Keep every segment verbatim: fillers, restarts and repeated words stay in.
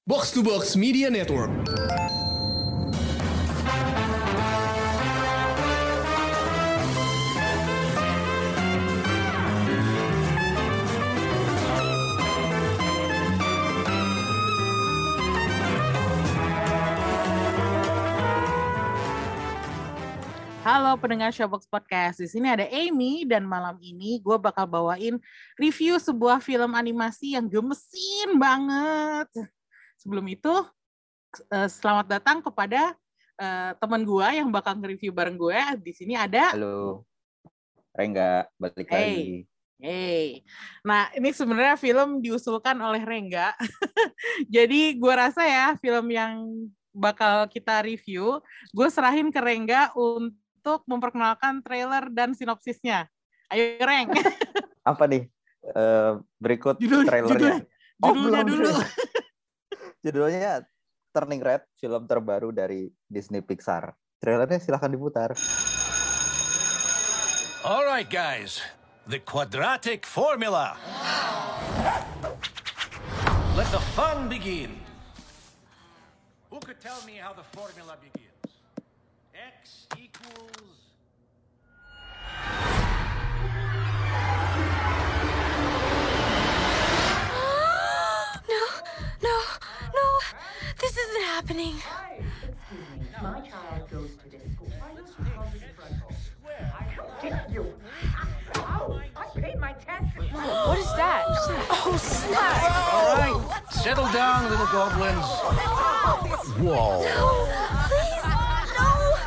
Box to Box Media Network. Halo pendengar Showbox Podcast, di sini ada Amy dan malam ini gue bakal bawain review sebuah film animasi yang gemesin banget. Sebelum itu, selamat datang kepada uh, teman gue yang bakal nge-review bareng gue. Di sini ada. Halo, Rengga, balik hey. lagi. Hey, nah ini sebenarnya film diusulkan oleh Rengga. Jadi gue rasa ya film yang bakal kita review, gue serahin ke Rengga untuk untuk memperkenalkan trailer dan sinopsisnya. Ayo, Reng. Apa nih? Uh, berikut Judul, trailernya. Judul, oh, judulnya belum. dulu. Judulnya Turning Red, film terbaru dari Disney Pixar. Trailernya silahkan diputar. Alright, guys. The quadratic formula. Let the fun begin. Who could tell me how the formula begins? X equals... No, no, no. This isn't happening. My child goes to this school. I know how this struggle. I hate you. Ow, I paid my taxes. What is that? Oh, snap. All right, settle down, little goblins. Whoa. No, please, no.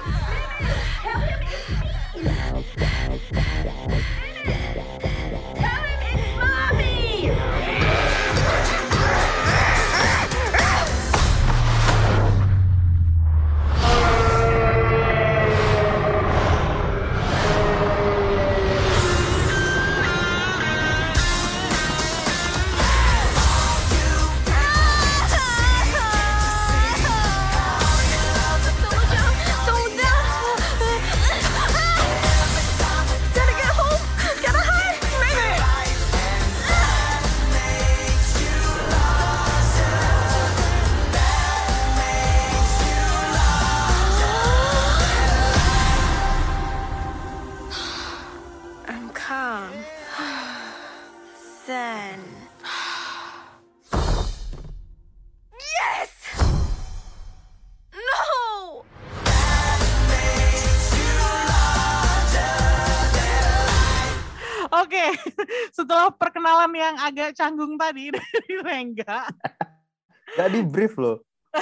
Tell him it's Mommy! Oke, setelah perkenalan yang agak canggung tadi dari Rengga. Gak di brief loh.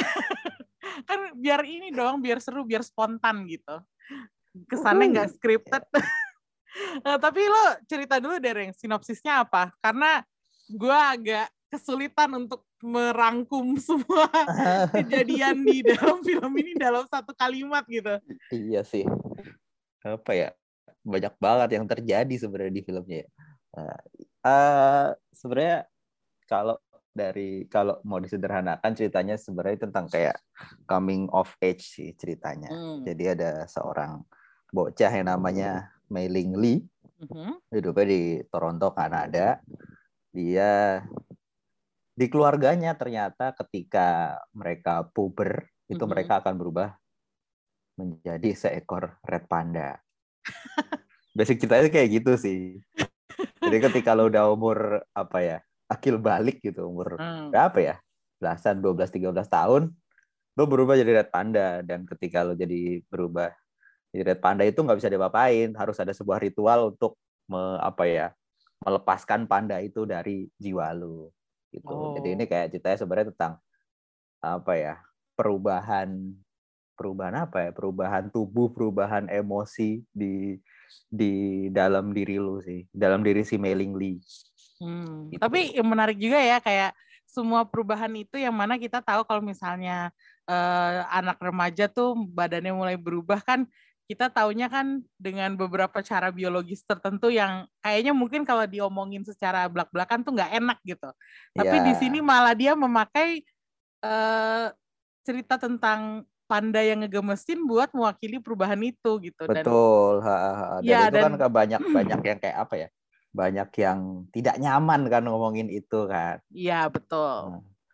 Kan biar ini dong, biar seru, biar spontan gitu. Kesannya nggak scripted. Nah, tapi lo cerita dulu deh, Reng, sinopsisnya apa? Karena gue agak kesulitan untuk merangkum semua kejadian di dalam film ini dalam satu kalimat gitu. Iya sih. Apa ya? Banyak banget yang terjadi sebenarnya di filmnya. Nah, uh, sebenarnya kalau dari kalau mau disederhanakan ceritanya sebenarnya tentang kayak coming of age sih ceritanya. Hmm. Jadi ada seorang bocah yang namanya Mei Ling Lee, uh-huh. hidupnya di Toronto, Kanada. Dia di keluarganya ternyata ketika mereka puber itu uh-huh. mereka akan berubah menjadi seekor red panda. Basic ceritanya kayak gitu sih. Jadi ketika lo udah umur apa ya, akil balik gitu, umur hmm. berapa ya, belasan, dua belas, tiga belas tahun, lo berubah jadi red panda. Dan ketika lo jadi berubah jadi red panda itu nggak bisa diapa-apain, harus ada sebuah ritual untuk me, apa ya, melepaskan panda itu dari jiwa lo gitu. Oh. Jadi ini kayak ceritanya sebenarnya tentang apa ya, perubahan perubahan apa ya, perubahan tubuh, perubahan emosi di di dalam diri lu sih, dalam diri si Mei Ling Lee. Hmm. Gitu. Tapi yang menarik juga ya, kayak semua perubahan itu yang mana kita tahu kalau misalnya eh, anak remaja tuh badannya mulai berubah kan, kita taunya kan dengan beberapa cara biologis tertentu yang kayaknya mungkin kalau diomongin secara belak-belakan tuh nggak enak gitu. Tapi yeah. di sini malah dia memakai eh, cerita tentang panda yang ngegemesin buat mewakili perubahan itu gitu. Betul. Dan, ha, ha. Dan ya, itu dan, kan banyak banyak yang kayak apa ya? Banyak yang tidak nyaman kan ngomongin itu kan. Iya betul. Hmm.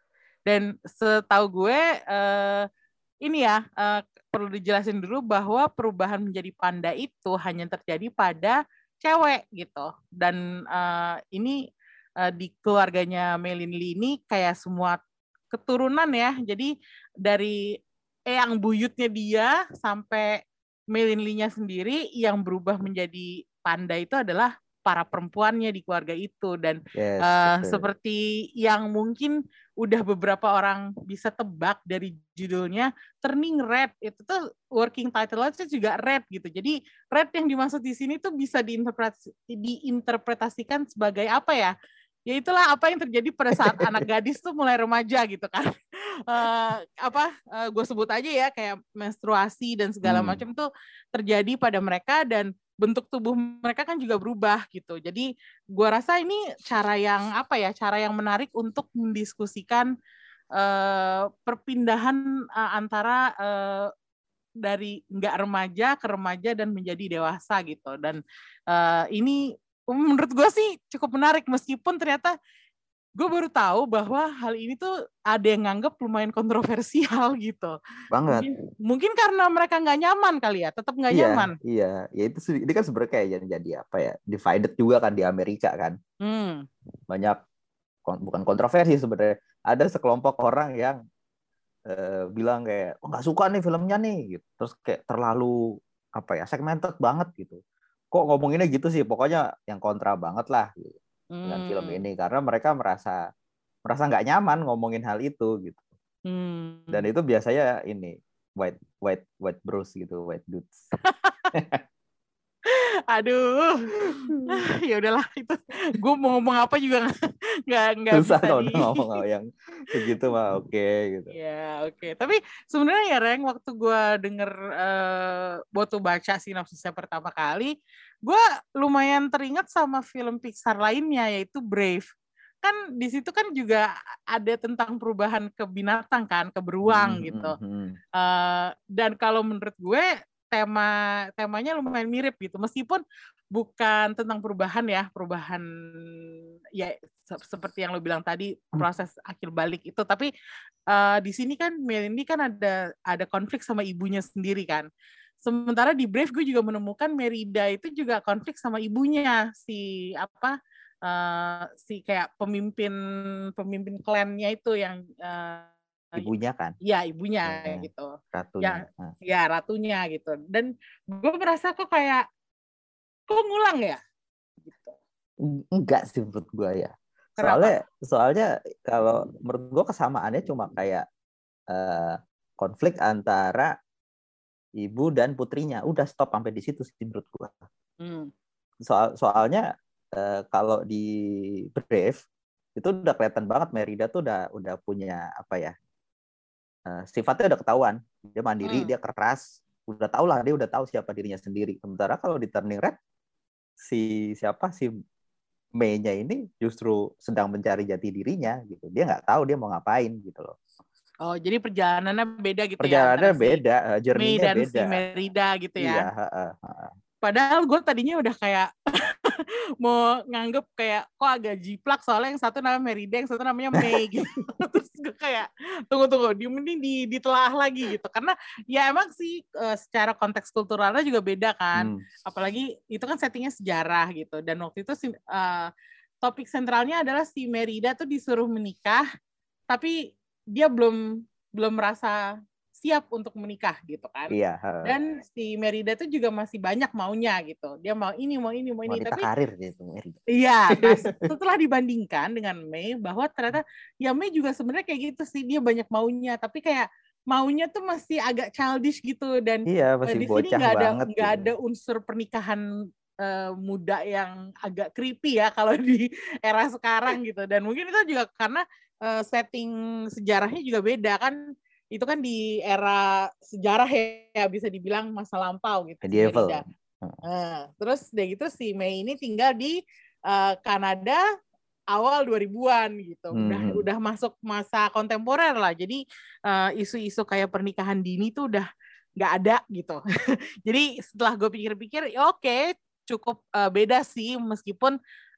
Dan setahu gue uh, ini ya uh, perlu dijelasin dulu bahwa perubahan menjadi panda itu hanya terjadi pada cewek gitu. Dan uh, ini uh, di keluarganya Mei-Lin Lee ini kayak semua keturunan ya. Jadi dari eyang buyutnya dia sampai Mei-Lin Lee-nya sendiri yang berubah menjadi panda itu adalah para perempuannya di keluarga itu. Dan Yes, uh, betul. seperti yang mungkin udah beberapa orang bisa tebak dari judulnya, Turning Red itu tuh working title-nya juga red gitu. Jadi red yang dimaksud di sini tuh bisa diinterpretasi, diinterpretasikan sebagai apa ya? Ya itulah apa yang terjadi pada saat anak gadis tuh mulai remaja gitu kan. Uh, apa uh, gue sebut aja ya kayak menstruasi dan segala Hmm. macam tuh terjadi pada mereka dan bentuk tubuh mereka kan juga berubah gitu. Jadi gue rasa ini cara yang apa ya, cara yang menarik untuk mendiskusikan uh, perpindahan uh, antara uh, dari nggak remaja ke remaja dan menjadi dewasa gitu. Dan uh, ini menurut gue sih cukup menarik meskipun ternyata gue baru tahu bahwa hal ini tuh ada yang nganggep lumayan kontroversial gitu. Banget. Mungkin, mungkin karena mereka nggak nyaman kali ya, tetap nggak Iya, nyaman. iya, ya itu se- ini kan sebenarnya kayak jadi, jadi apa ya, divided juga kan di Amerika kan, Hmm. banyak kon- bukan kontroversi sebenarnya, ada sekelompok orang yang eh, bilang kayak oh nggak suka nih filmnya nih, gitu. Terus kayak terlalu apa ya segmented banget gitu. Kok ngomonginnya gitu sih, pokoknya yang kontra banget lah gitu, dengan film Hmm. ini karena mereka merasa merasa nggak nyaman ngomongin hal itu gitu. Hmm. Dan itu biasanya ini white white white bros gitu, white dudes. Aduh, ya udahlah itu. Gue mau ngomong apa juga nggak nggak bisa Susah kalau di. udah ngomong yang begitu mah oke gitu. Ya oke. Okay. Tapi sebenarnya ya Reng, waktu gue denger uh, waktu baca sinopsisnya pertama kali, gue lumayan teringat sama film Pixar lainnya yaitu Brave. Kan di situ kan juga ada tentang perubahan ke binatang kan, ke beruang Hmm, gitu. hmm, hmm. Uh, dan kalau menurut gue tema temanya lumayan mirip gitu, meskipun bukan tentang perubahan ya, perubahan ya se- seperti yang lo bilang tadi proses akil balik itu, tapi uh, di sini kan Melindy kan ada ada konflik sama ibunya sendiri kan. Sementara di Brave gue juga menemukan Merida itu juga konflik sama ibunya si apa uh, si kayak pemimpin pemimpin klannya itu yang uh, Ibunya kan, ya ibunya ya, gitu. ratunya. Ya, Nah. ya ratunya gitu. Dan gue merasa kok kayak kok ngulang ya? Gitu. Enggak sih menurut gue ya. Kenapa? Soalnya soalnya kalau menurut gue kesamaannya cuma kayak uh, konflik antara ibu dan putrinya. Udah stop sampai di situ sih menurut gue. Hmm. Soal soalnya uh, kalau di Brave itu udah kelihatan banget Merida tuh udah udah punya apa ya? Uh, sifatnya udah ketahuan. Dia mandiri, Hmm. dia keras. Udah tau lah, dia udah tahu siapa dirinya sendiri. Sementara kalau di Turning Red si siapa si Mei-nya ini justru sedang mencari jati dirinya gitu. Dia nggak tahu dia mau ngapain gitu loh. Oh, jadi perjalanannya beda gitu Perjalanannya ya antara beda, si Mei journey-nya dan beda. si Merida gitu ya. Iya, heeh, heeh. Padahal gue tadinya udah kayak mau nganggep kayak kok agak jiplak soalnya yang satu namanya Merida, yang satu namanya Mei gitu. Terus gue kayak tunggu-tunggu, di mending di ditelaah lagi gitu. Karena ya emang sih uh, secara konteks kulturalnya juga beda kan. Hmm. Apalagi itu kan settingnya sejarah gitu. Dan waktu itu si, uh, topik sentralnya adalah si Merida tuh disuruh menikah, tapi dia belum belum merasa siap untuk menikah gitu kan. Iya. heeh. Dan si Merida tuh juga masih banyak maunya gitu. Dia mau ini, mau ini, mau ini. Wanita Tapi karir gitu Merida. iya, nah setelah dibandingkan dengan Mei, bahwa ternyata ya Mei juga sebenarnya kayak gitu sih, dia banyak maunya, tapi kayak maunya tuh masih agak childish gitu. Dan Iya, eh, masih di sini bocah nggak ada banget nggak gitu. ada unsur pernikahan eh, muda yang agak creepy ya kalau di era sekarang gitu. Dan mungkin itu juga karena eh, setting sejarahnya juga beda kan. Itu kan di era sejarah ya, bisa dibilang masa lampau gitu. si Medieval. Merida. Nah, terus udah gitu si Mei ini tinggal di uh, Kanada awal dua ribuan gitu. Udah Hmm. udah masuk masa kontemporer lah. Jadi uh, isu-isu kayak pernikahan dini tuh udah nggak ada gitu. Jadi setelah gue pikir-pikir, ya oke, cukup uh, beda sih, meskipun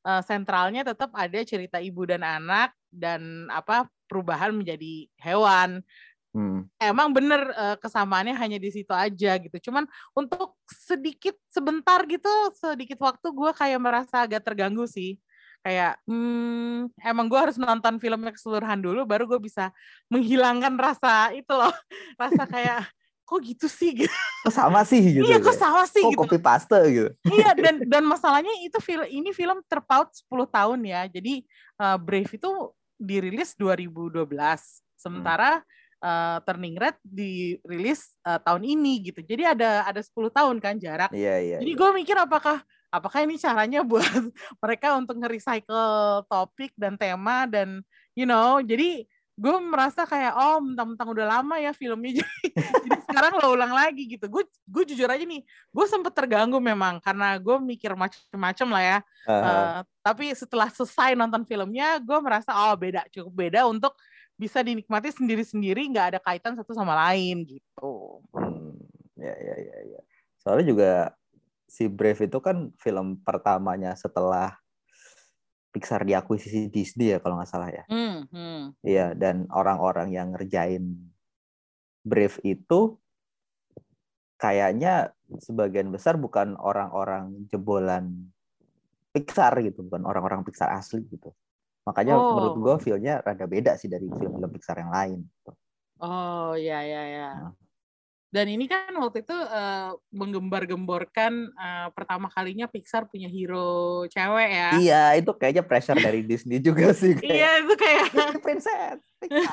uh, sentralnya tetap ada cerita ibu dan anak dan apa perubahan menjadi hewan. Hmm. Emang bener uh, kesamaannya hanya di situ aja gitu. Cuman untuk sedikit sebentar gitu, sedikit waktu gue kayak merasa agak terganggu sih. Kayak hmm, emang gue harus nonton filmnya keseluruhan dulu baru gue bisa menghilangkan rasa itu loh. Rasa kayak kok gitu sih gitu. Kok sama sih gitu. Iya kok sama sih kok gitu. Kok copy paste gitu. Iya dan dan masalahnya itu film ini film terpaut sepuluh tahun ya. Jadi uh, Brave itu dirilis dua ribu dua belas. Sementara hmm. Uh, Turning Red dirilis uh, tahun ini gitu. Jadi ada ada sepuluh tahun kan jarak. Iya, iya, Jadi iya. gue mikir apakah apakah ini caranya buat mereka untuk nge-recycle topik dan tema dan you know, jadi gue merasa kayak oh mentang-mentang udah lama ya filmnya jadi, jadi sekarang lo ulang lagi gitu. Gue gue jujur aja nih, gue sempet terganggu memang karena gue mikir macem-macem lah ya. Uh-huh. Uh, tapi setelah selesai nonton filmnya, gue merasa oh beda, cukup beda untuk bisa dinikmati sendiri-sendiri, nggak ada kaitan satu sama lain gitu. Hmm, ya ya ya ya. Soalnya juga si Brave itu kan film pertamanya setelah Pixar diakuisisi Disney ya kalau nggak salah ya. Hmm, hmm. Iya, dan orang-orang yang ngerjain Brave itu kayaknya sebagian besar bukan orang-orang jebolan Pixar gitu, bukan orang-orang Pixar asli gitu. Makanya oh. menurut gue feel-nya rada beda sih dari film-film Pixar yang lain. Oh ya ya ya. Nah. Dan ini kan waktu itu uh, menggembar-gemborkan uh, pertama kalinya Pixar punya hero cewek ya. Iya, itu kayaknya pressure dari Disney juga sih. Kayak, iya, itu kayak princess.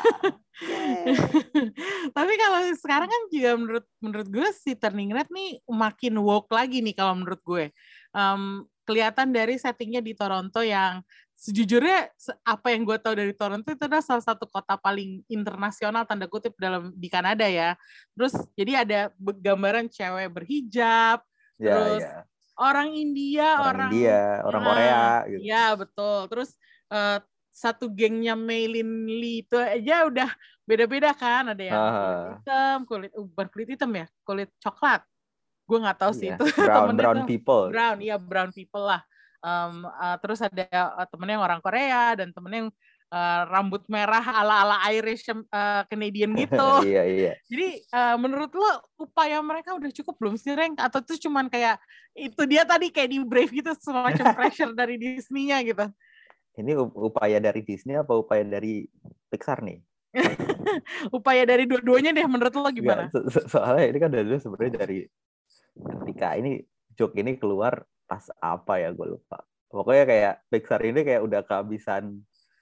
Tapi kalau sekarang kan juga menurut menurut gue si Turning Red nih makin woke lagi nih kalau menurut gue. Um, kelihatan dari settingnya di Toronto yang sejujurnya apa yang gue tahu dari Toronto itu adalah salah satu kota paling internasional tanda kutip dalam di Kanada ya. Terus jadi ada gambaran cewek berhijab, ya, terus ya. orang India, orang, orang India, orang nah, Korea gitu. Iya, betul. Terus uh, satu gengnya Meilin Lee itu aja udah beda-beda kan, ada yang uh. kulit hitam, kulit uh, bukan kulit hitam ya, kulit coklat. Gue nggak tahu sih yeah. itu brown brown itu. people. Brown, iya brown people lah. Um, uh, terus ada uh, temennya yang orang Korea dan temennya yang uh, rambut merah ala-ala Irish uh, Canadian gitu. Iya iya. Jadi uh, menurut lo upaya mereka udah cukup belum sih, Reng? Atau tuh cuman kayak itu dia tadi kayak di Brave gitu semacam pressure dari Disney-nya gitu? Ini upaya dari Disney apa upaya dari Pixar nih? Upaya dari dua-duanya deh menurut lo gimana? So- so- soalnya ini kan dari sebenarnya dari ketika ini joke ini keluar pas apa ya gue lupa. Pokoknya kayak Pixar ini kayak udah kehabisan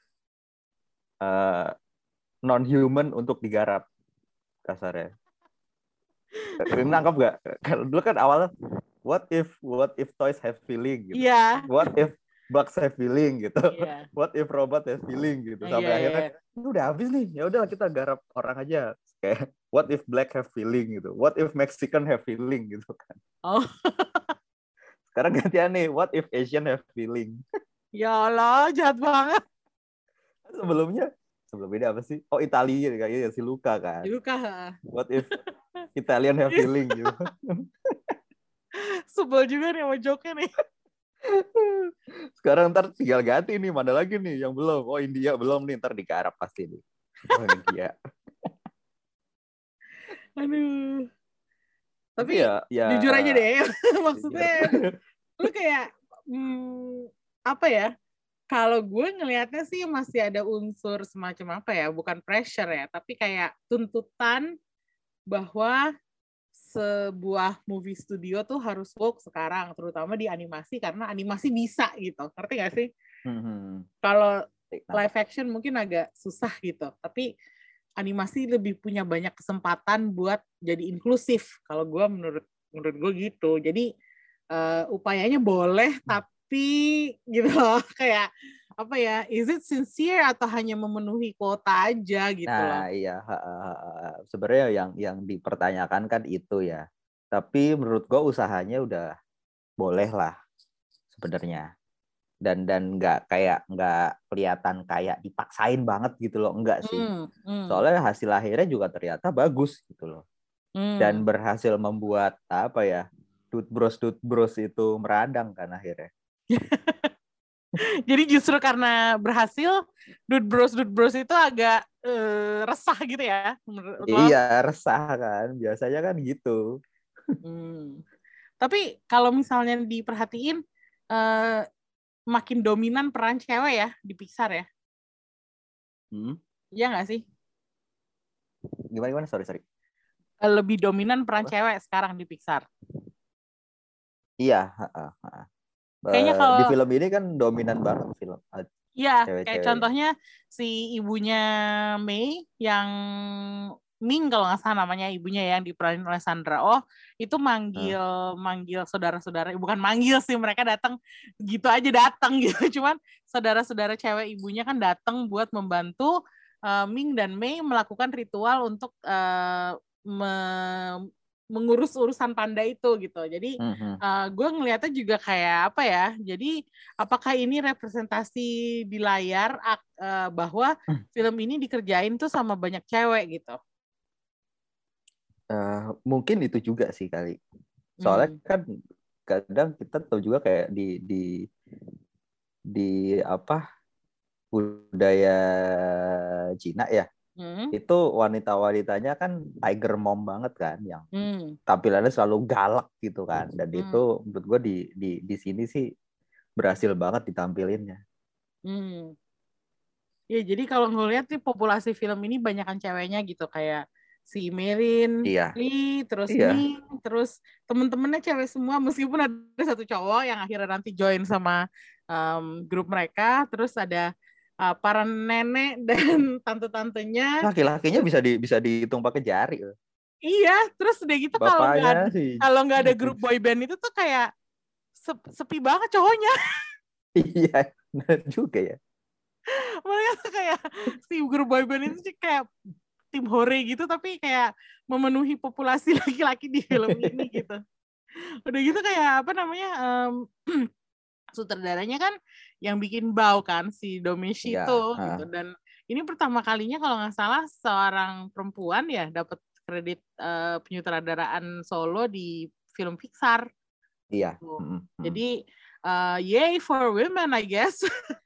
uh, non-human untuk digarap kasarnya. Nangkap gak? Dulu kan awalnya what if what if toys have feeling gitu. Yeah. What if bugs have feeling gitu. Yeah. What if robot have feeling gitu. Sampai yeah, akhirnya yeah. ini udah habis nih. Ya udahlah kita garap orang aja. Kayak what if black have feeling gitu. What if Mexican have feeling gitu kan. Oh. Sekarang gantian nih, what if Asian have feeling? Ya Allah, jahat banget. Sebelumnya, sebelum ini apa sih? Oh, Italia kayaknya si Luca kan. Si Luca. What if Italian have feeling gitu. Sebel juga nih sama joke-nya nih. Sekarang ntar tinggal ganti nih, mana lagi nih yang belum? Oh, India belum nih, ntar digarap pasti nih. Oh, India. Aduh. Tapi ya, ya, jujur aja deh, maksudnya lu kayak hmm, apa ya? Kalau gue ngelihatnya sih masih ada unsur semacam apa ya? Bukan pressure ya, tapi kayak tuntutan bahwa sebuah movie studio tuh harus woke sekarang, terutama di animasi karena animasi bisa gitu, ngerti gak sih? Mm-hmm. Kalau live action mungkin agak susah gitu, tapi animasi lebih punya banyak kesempatan buat jadi inklusif. Kalau gue menurut menurut gue gitu. Jadi uh, upayanya boleh, tapi gitu loh, kayak apa ya? Is it sincere atau hanya memenuhi kuota aja gitu loh? Nah iya, sebenarnya yang yang dipertanyakan kan itu ya. Tapi menurut gue usahanya udah boleh lah sebenarnya. dan dan nggak kayak nggak kelihatan kayak dipaksain banget gitu loh, enggak sih. Mm, mm. Soalnya hasil akhirnya juga ternyata bagus gitu loh. Mm. Dan berhasil membuat apa ya, toothbrush toothbrush itu meradang kan akhirnya. Jadi justru karena berhasil, Dude Bros Dude Bros itu agak uh, resah gitu ya menurut lo? Iya, resah kan. Biasanya kan gitu. Hmm. Tapi kalau misalnya diperhatiin, uh, makin dominan peran cewek ya di Pixar ya? Hmm? Iya nggak sih? Gimana gimana? Sorry sorry. Lebih dominan peran Apa? cewek sekarang di Pixar. Iya. Ha, ha. Kayaknya Uh, kalau di film ini kan dominan banget film. Iya, Cewek-cewek. kayak contohnya si ibunya Mei yang Ming kalau nggak salah namanya ibunya yang diperanin oleh Sandra Oh itu manggil hmm. manggil saudara-saudara, bukan manggil sih, mereka datang gitu aja datang gitu, cuman saudara-saudara cewek ibunya kan datang buat membantu uh, Ming dan Mei melakukan ritual untuk uh, me- mengurus urusan panda itu gitu. Jadi mm-hmm. uh, gue ngelihatnya juga kayak apa ya, jadi apakah ini representasi di layar uh, bahwa mm. film ini dikerjain tuh sama banyak cewek gitu. Uh, mungkin itu juga sih kali. Soalnya hmm. kan kadang kita tahu juga kayak di di di apa budaya Cina ya. Hmm. Itu wanita-wanitanya kan tiger mom banget kan, yang hmm. tampilannya selalu galak gitu kan. Dan hmm. itu menurut gue di di di sini sih berhasil banget ditampilinnya. Hmm. Ya jadi kalau ngeliat nih populasi film ini banyakan ceweknya gitu, kayak si Merin, iya. Lee, terus iya. Ming, terus temen-temennya cewek semua, meskipun ada satu cowok yang akhirnya nanti join sama um, grup mereka, terus ada Uh, para nenek dan tante-tantenya. Laki-lakinya bisa di, bisa dihitung pakai jari. Iya, terus udah gitu kalau nggak ada, kalau nggak ada grup boy band itu tuh kayak sepi banget cowoknya. Iya, benar juga ya. Mereka tuh kayak si grup boy band itu sih kayak tim hore gitu, tapi kayak memenuhi populasi laki-laki di film ini gitu. Udah gitu kayak apa namanya? Um, sutradaranya kan yang bikin Bao kan si Domishi itu ya, gitu. Dan ini pertama kalinya kalau nggak salah seorang perempuan ya dapat kredit uh, penyutradaraan solo di film Pixar. Iya. Gitu. Mm-hmm. Jadi uh, yay for women I guess.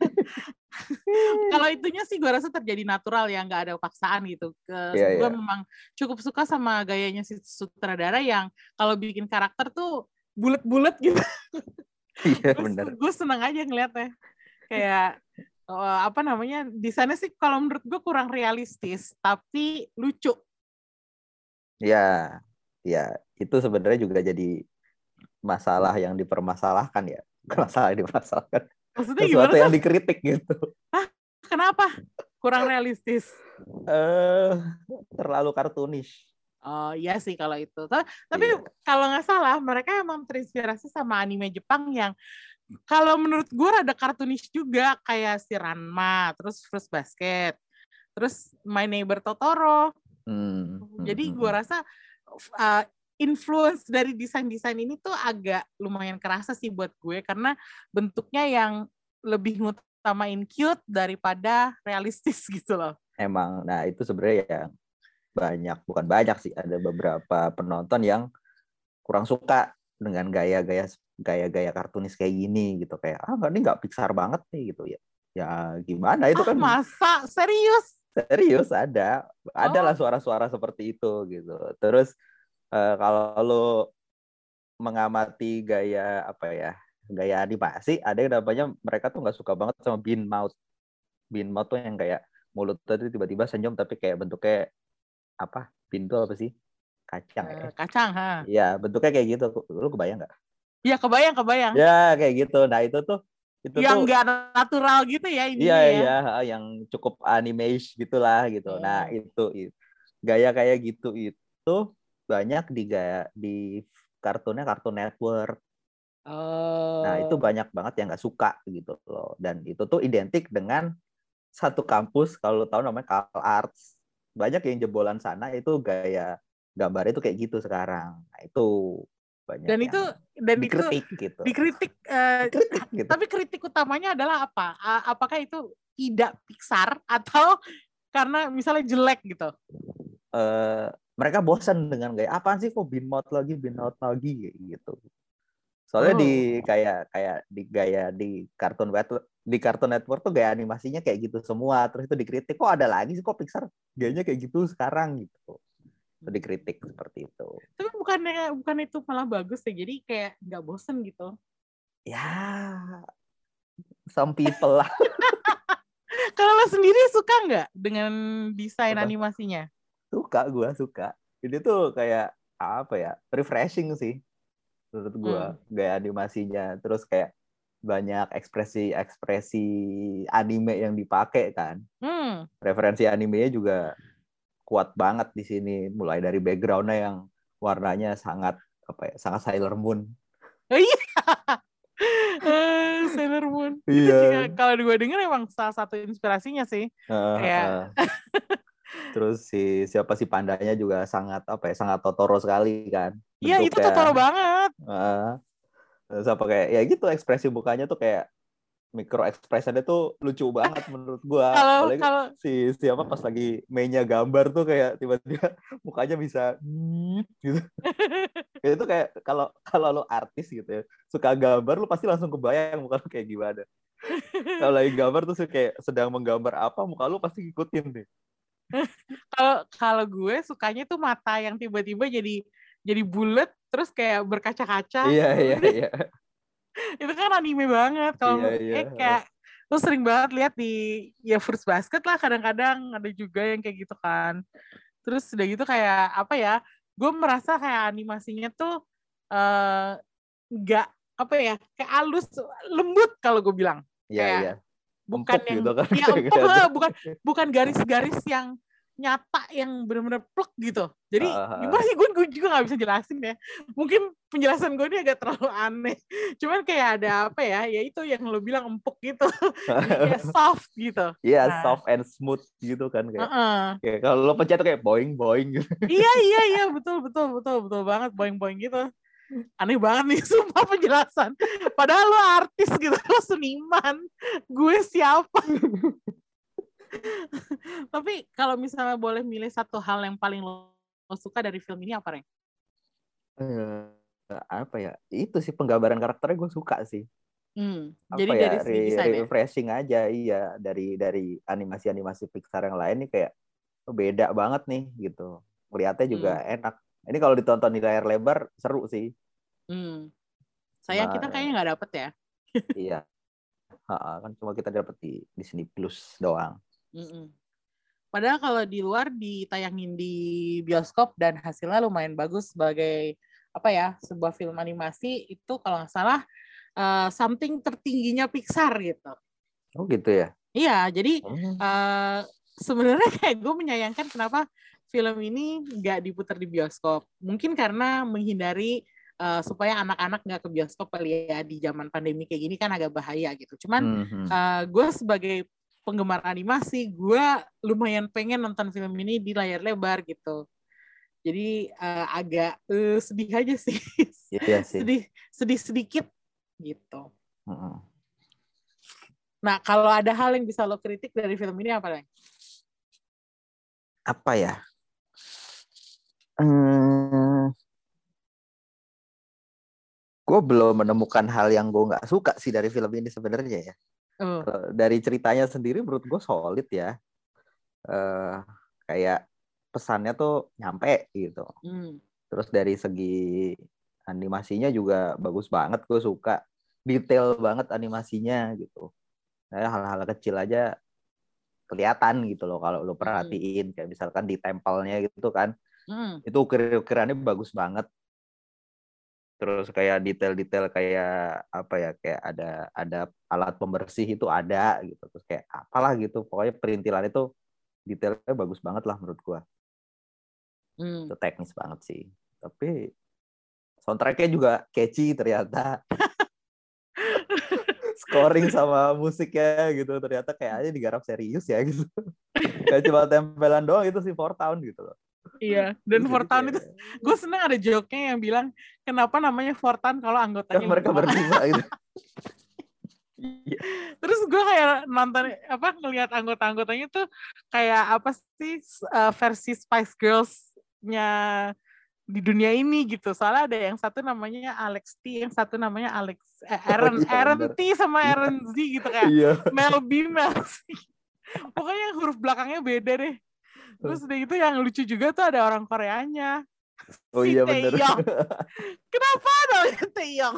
Kalau itunya sih gue rasa terjadi natural ya, nggak ada paksaan gitu. Ke, yeah, gue yeah. memang cukup suka sama gayanya si sutradara yang kalau bikin karakter tuh bulet-bulet gitu. Iya benar. Gue seneng aja ngeliatnya. Kayak uh, apa namanya, desainnya sih kalau menurut gue kurang realistis, tapi lucu. Ya, ya itu sebenarnya juga jadi masalah yang dipermasalahkan ya. Masalah yang dipermasalahkan. Maksudnya sesuatu gimana yang tuh? Dikritik gitu. Hah? Kenapa? Kurang realistis? Uh, terlalu kartunis. Oh iya sih kalau itu. Tapi iya. Kalau nggak salah mereka emang terinspirasi sama anime Jepang yang kalau menurut gue rada kartunis juga, kayak si Ranma, terus Fruits Basket, terus My Neighbor Totoro. Hmm. Jadi gue rasa uh, influence dari desain-desain ini tuh agak lumayan kerasa sih buat gue, karena bentuknya yang lebih ngutamain cute daripada realistis gitu loh. Emang, nah itu sebenarnya ya banyak, bukan banyak sih, ada beberapa penonton yang kurang suka dengan gaya-gaya gaya-gaya kartunis kayak gini gitu, kayak ah ini nggak Pixar banget nih gitu ya. Ya gimana itu ah, kan? Masa serius? Serius ada, ada lah oh. suara-suara seperti itu gitu. Terus uh, kalau lo mengamati gaya apa ya, gaya animasi, ada yang namanya mereka tuh nggak suka banget sama Bean Mouth. Bean Mouth tuh yang kayak mulut tadi tiba-tiba senyum tapi kayak bentuknya apa? Bean itu apa sih? Kacang uh, ya. Kacang, ha. Iya, bentuknya kayak gitu. Lu kebayang nggak? Iya, kebayang, kebayang. Ya, kayak gitu. Nah, itu tuh itu yang tuh nggak natural gitu ya ini iya, ya. Iya, yang cukup animation gitulah gitu. Hmm. Nah, itu, itu gaya kayak gitu itu banyak di gaya di kartunnya Cartoon Network. Oh. Nah, itu banyak banget yang nggak suka gitu loh. Dan itu tuh identik dengan satu kampus, kalau tahu namanya Cal Arts. Banyak yang jebolan sana itu gaya gambar itu kayak gitu sekarang. Nah, itu banyak dan itu dan dikritik itu gitu. Dikritik, uh, dikritik gitu. Tapi kritik utamanya adalah apa? Uh, apakah itu tidak Pixar atau karena misalnya jelek gitu? Uh, mereka bosan dengan gaya apaan sih kok Bean Mouth lagi, Bean Mouth lagi gitu. Soalnya oh. di kayak kayak di gaya di Cartoon di Cartoon Network tuh gaya animasinya kayak gitu semua, terus itu dikritik, kok ada lagi sih kok Pixar gayanya kayak gitu sekarang gitu. Itu dikritik seperti itu. Tapi bukannya bukan itu malah bagus ya, jadi kayak nggak bosen gitu. Ya, some people lah. Kalau lo sendiri suka nggak dengan desain Apa? animasinya? Suka, gue suka. Ini tuh kayak apa ya, refreshing sih menurut gue Hmm. gaya animasinya. Terus kayak banyak ekspresi-ekspresi anime yang dipakai kan. Hmm. Referensi animenya juga kuat banget di sini. Mulai dari backgroundnya yang warnanya sangat apa ya, sangat Sailor Moon. Oh iya. Eh, Sailor Moon. Itu Iya. juga kalau gue denger emang salah satu inspirasinya sih. Uh, Kayak uh. Terus si siapa si pandanya juga sangat apa ya, sangat Totoro sekali kan. iya itu Bentuknya. Totoro banget. Uh, terus apa kayak ya gitu ekspresi mukanya tuh kayak mikro ekspresinya tuh lucu banget menurut gua. Kalau Apalagi kalau si siapa pas lagi mainnya gambar tuh kayak tiba-tiba mukanya bisa gitu. Itu kayak kalau kalau lo artis gitu ya, suka gambar lu pasti langsung kebayang muka lu kayak gimana. Kalau lagi gambar tuh kayak sedang menggambar apa, muka lu pasti ngikutin deh. kalau kalau gue sukanya tuh mata yang tiba-tiba jadi jadi bulat terus kayak berkaca-kaca. Iya iya iya. Itu kan anime banget. Kalau Iya, iya. eh kayak lu sering banget lihat di ya Fruits Basket lah, kadang-kadang ada juga yang kayak gitu kan. Terus udah gitu kayak apa ya? Gue merasa kayak animasinya tuh eh, nggak apa ya? Kayak halus, lembut kalau gue bilang. Iya Kayak iya. bukan Empuk yang gitu kan. ya empuk lah, bukan bukan garis-garis yang nyata yang benar-benar plek gitu. Jadi Uh, uh. gimana sih, gue, gue juga nggak bisa jelasin ya. Mungkin penjelasan gue ini agak terlalu aneh. Cuman kayak ada apa ya? Ya itu yang lo bilang empuk gitu. Jadi kayak soft gitu. Iya, Nah. soft and smooth gitu kan kayak. Uh-uh. Kayak kalau lo pencet tuh kayak boing boing gitu. Iya iya iya betul betul betul betul banget, boing-boing gitu. Aneh banget nih sumpah penjelasan. Padahal lo artis gitu, lo seniman. Gue siapa? Tapi kalau misalnya boleh milih satu hal yang paling lo, lo suka dari film ini apa, Reng? Uh, apa ya? Itu sih penggambaran karakternya gue suka sih. Hmm, Apa jadi ya? dari segi Re- desain ya? refreshing aja, iya, dari dari animasi-animasi Pixar yang lain nih kayak oh, beda banget nih gitu. Melihatnya juga Hmm. enak. Ini kalau ditonton di layar lebar seru sih. Hmm. Sayang Cuma, kita kayaknya nggak dapet ya. Iya. Ha-ha, kan cuma kita dapat di Disney Plus doang. Mm-mm. Padahal kalau di luar ditayangin di bioskop dan hasilnya lumayan bagus sebagai apa ya, sebuah film animasi itu kalau nggak salah uh, something tertingginya Pixar gitu. Oh gitu ya? Iya, jadi Hmm. uh, sebenarnya kayak gue menyayangkan kenapa film ini nggak diputar di bioskop. Mungkin karena menghindari uh, supaya anak-anak nggak ke bioskop kali ya, di zaman pandemi kayak gini kan agak bahaya gitu. Cuman Hmm. uh, gue sebagai penggemar animasi, gue lumayan pengen nonton film ini di layar lebar gitu. Jadi uh, agak uh, sedih aja sih. Iya sih. sedih, sedih sedikit gitu. Hmm. Nah, kalau ada hal yang bisa lo kritik dari film ini apa, Reng? Apa ya? Hmm. Gue belum menemukan hal yang gue nggak suka sih dari film ini sebenarnya ya. Oh. Dari ceritanya sendiri menurut gue solid ya. Uh, kayak pesannya tuh nyampe gitu. Hmm. Terus dari segi animasinya juga bagus banget, gue suka. Detail banget animasinya gitu. Nah, hal-hal kecil aja kelihatan gitu loh kalau lo perhatiin. Kayak misalkan di tempelnya gitu kan. Hmm. Itu ukir-ukirannya bagus banget. Terus kayak detail-detail kayak apa ya, kayak ada ada alat pembersih itu ada gitu. Terus kayak apalah gitu. Pokoknya perintilan itu detailnya bagus banget lah menurut gua. Hmm. Itu teknis banget sih. Tapi soundtracknya juga catchy ternyata. Scoring sama musiknya gitu ternyata kayaknya digarap serius ya gitu. Kayak cuma tempelan doang itu sih Four Town gitu loh. Iya, dan Jadi Fortan kayak- itu gue seneng ada joke-nya yang bilang kenapa namanya Fortan kalau anggotanya Kan mereka lima. berlima gitu. Terus gue kayak nonton apa ngelihat anggota-anggotanya tuh kayak apa sih uh, versi Spice Girls-nya di dunia ini gitu. Soalnya ada yang satu namanya Alex T, yang satu namanya Alex eh, Aaron Oh, iya, Aaron bener. T sama Aaron Z gitu kayak Iya. Mel B, Mel C. Pokoknya huruf belakangnya beda deh. Terus udah gitu yang lucu juga tuh ada orang Koreanya. Oh Si iya bener. Taeyong. Kenapa namanya Taeyong?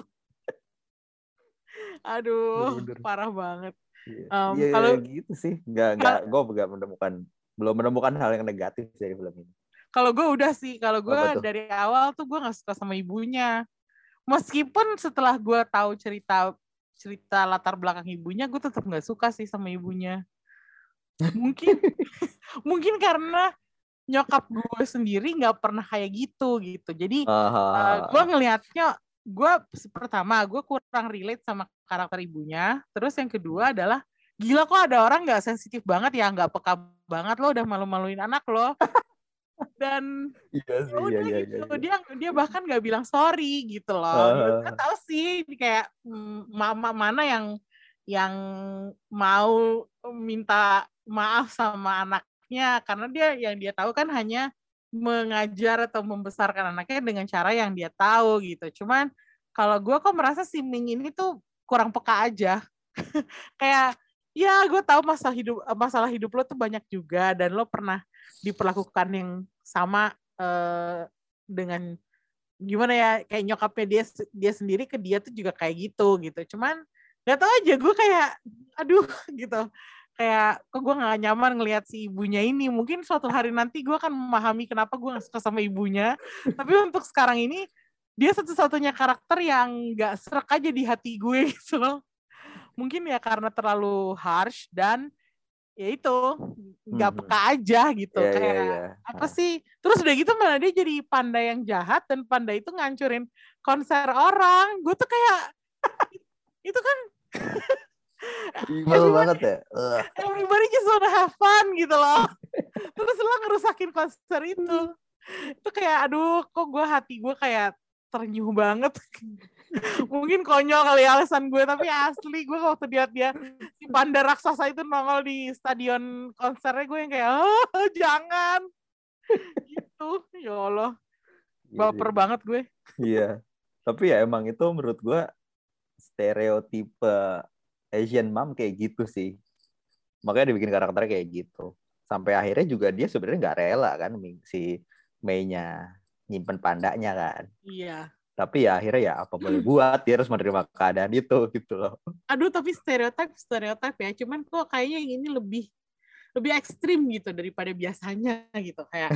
Aduh, Bener-bener. parah banget. Iya, Um, iya, kalau gitu sih. Nggak, nggak, gue nggak menemukan, belum menemukan hal yang negatif dari film ini. kalau gue udah sih, kalau gue Apa tuh? dari awal tuh gue nggak suka sama ibunya. Meskipun setelah gue tahu cerita cerita latar belakang ibunya, gue tetap nggak suka sih sama ibunya. Mungkin mungkin karena nyokap gue sendiri nggak pernah kayak gitu gitu. Jadi uh, gue ngelihatnya, gue pertama gue kurang relate sama karakter ibunya. Terus yang kedua adalah gila kok ada orang nggak sensitif banget ya, nggak peka banget lo udah malu-maluin anak lo. Dan Iya sih, ya udah iya, gitu, iya, iya. dia dia bahkan nggak bilang sorry gitu loh. Uh. Gue tahu sih kayak mama mana yang yang mau minta maaf sama anaknya karena dia yang dia tahu kan hanya mengajar atau membesarkan anaknya dengan cara yang dia tahu gitu. Cuman kalau gue kok merasa si Ming ini tuh kurang peka aja. Kayak ya gue tahu masalah hidup masalah hidup lo tuh banyak juga dan lo pernah diperlakukan yang sama uh, dengan gimana ya, kayak nyokapnya dia dia sendiri ke dia tuh juga kayak gitu gitu. Cuman nggak tahu aja gue kayak aduh gitu, kayak kok gue nggak nyaman ngelihat si ibunya ini. Mungkin suatu hari nanti gue akan memahami kenapa gue nggak suka sama ibunya, tapi untuk sekarang ini dia satu-satunya karakter yang nggak serak aja di hati gue gitu loh. Mungkin ya karena terlalu harsh dan ya itu nggak peka aja gitu. Yeah, kayak yeah, yeah. apa sih, terus udah gitu malah dia jadi panda yang jahat dan panda itu ngancurin konser orang. Gue tuh kayak itu kan evil banget ya. Uh. Everybody just wanna have fun gitu loh. Terus lo ngerusakin konser itu. Itu kayak aduh kok gue hati gue kayak ternyuh banget. Mungkin konyol kali alasan gue, tapi asli gue waktu lihat dia si panda raksasa itu nongol di stadion konsernya, gue yang kayak oh jangan gitu. Ya Allah, baper Iya. banget gue. Iya, tapi ya emang itu menurut gue stereotipe Asian mom kayak gitu sih, makanya dibikin karakternya kayak gitu. Sampai akhirnya juga dia sebenarnya nggak rela kan si Mei-nya nyimpen pandanya kan. Iya. Tapi ya akhirnya ya apa boleh buat, dia harus menerima keadaan itu gitu loh. Aduh, tapi stereotip stereotip ya. Cuman kok kayaknya yang ini lebih lebih ekstrim gitu daripada biasanya gitu kayak.